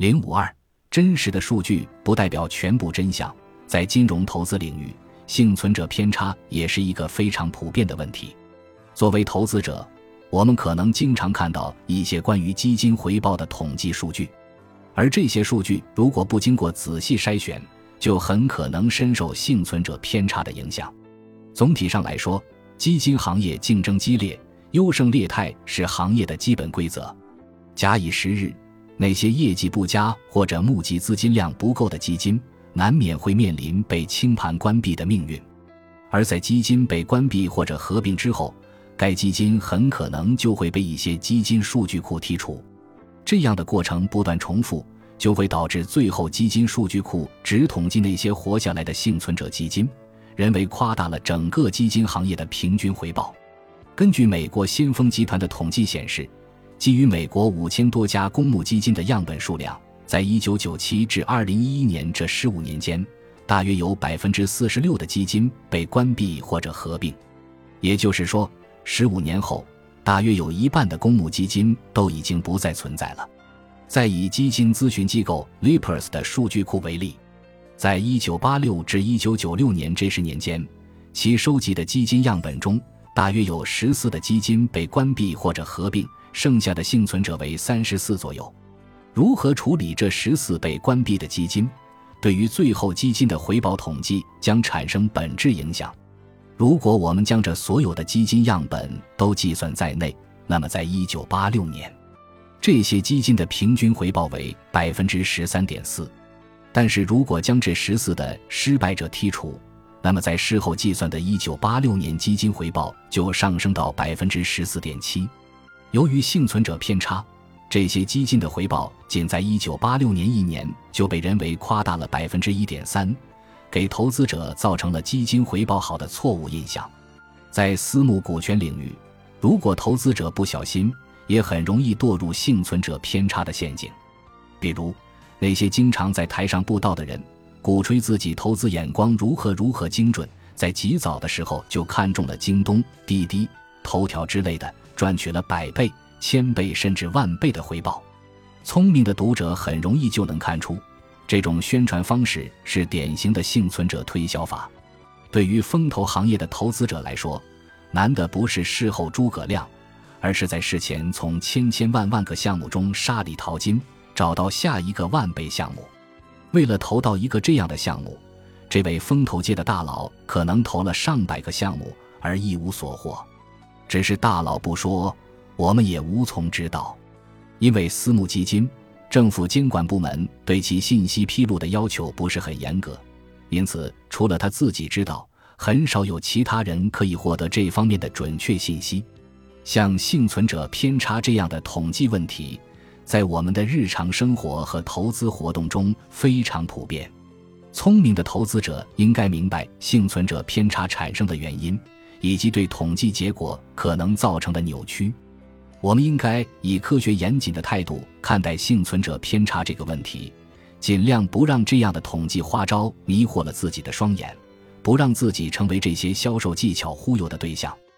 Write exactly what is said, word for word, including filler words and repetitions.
零五二真实的数据不代表全部真相。在金融投资领域，幸存者偏差也是一个非常普遍的问题。作为投资者，我们可能经常看到一些关于基金回报的统计数据，而这些数据如果不经过仔细筛选，就很可能深受幸存者偏差的影响。总体上来说，基金行业竞争激烈，优胜劣汰是行业的基本规则。假以时日，那些业绩不佳或者募集资金量不够的基金，难免会面临被清盘关闭的命运。而在基金被关闭或者合并之后，该基金很可能就会被一些基金数据库剔除。这样的过程不断重复，就会导致最后基金数据库只统计那些活下来的幸存者基金，人为夸大了整个基金行业的平均回报。根据美国先锋集团的统计显示，基于美国五千多家公募基金的样本数量，在一九九七至二零一一年这十五年间，大约有 百分之四十六 的基金被关闭或者合并。也就是说，十五年后，大约有一半的公募基金都已经不再存在了。再以基金咨询机构 Lipers 的数据库为例，在一九八六至一九九六年这十年间，其收集的基金样本中，大约有十四的基金被关闭或者合并，剩下的幸存者为三十四左右。如何处理这十四被关闭的基金，对于最后基金的回报统计将产生本质影响。如果我们将这所有的基金样本都计算在内，那么在一九八六年，这些基金的平均回报为 百分之十三点四。 但是如果将这十四的失败者剔除，那么在事后计算的一九八六年基金回报就上升到 百分之十四点七。 由于幸存者偏差，这些基金的回报仅在一九八六年一年就被人为夸大了 百分之一点三， 给投资者造成了基金回报好的错误印象。在私募股权领域，如果投资者不小心，也很容易堕入幸存者偏差的陷阱。比如那些经常在台上布道的人，鼓吹自己投资眼光如何如何精准，在极早的时候就看中了京东、滴滴、头条之类的，赚取了百倍、千倍甚至万倍的回报。聪明的读者很容易就能看出，这种宣传方式是典型的幸存者推销法。对于风投行业的投资者来说，难的不是事后诸葛亮，而是在事前从千千万万个项目中沙里淘金，找到下一个万倍项目。为了投到一个这样的项目，这位风投界的大佬可能投了上百个项目而一无所获。只是大佬不说，我们也无从知道。因为私募基金，政府监管部门对其信息披露的要求不是很严格，因此除了他自己知道，很少有其他人可以获得这方面的准确信息。像幸存者偏差这样的统计问题，在我们的日常生活和投资活动中非常普遍。聪明的投资者应该明白幸存者偏差产生的原因，以及对统计结果可能造成的扭曲。我们应该以科学严谨的态度看待幸存者偏差这个问题，尽量不让这样的统计花招迷惑了自己的双眼，不让自己成为这些销售技巧忽悠的对象。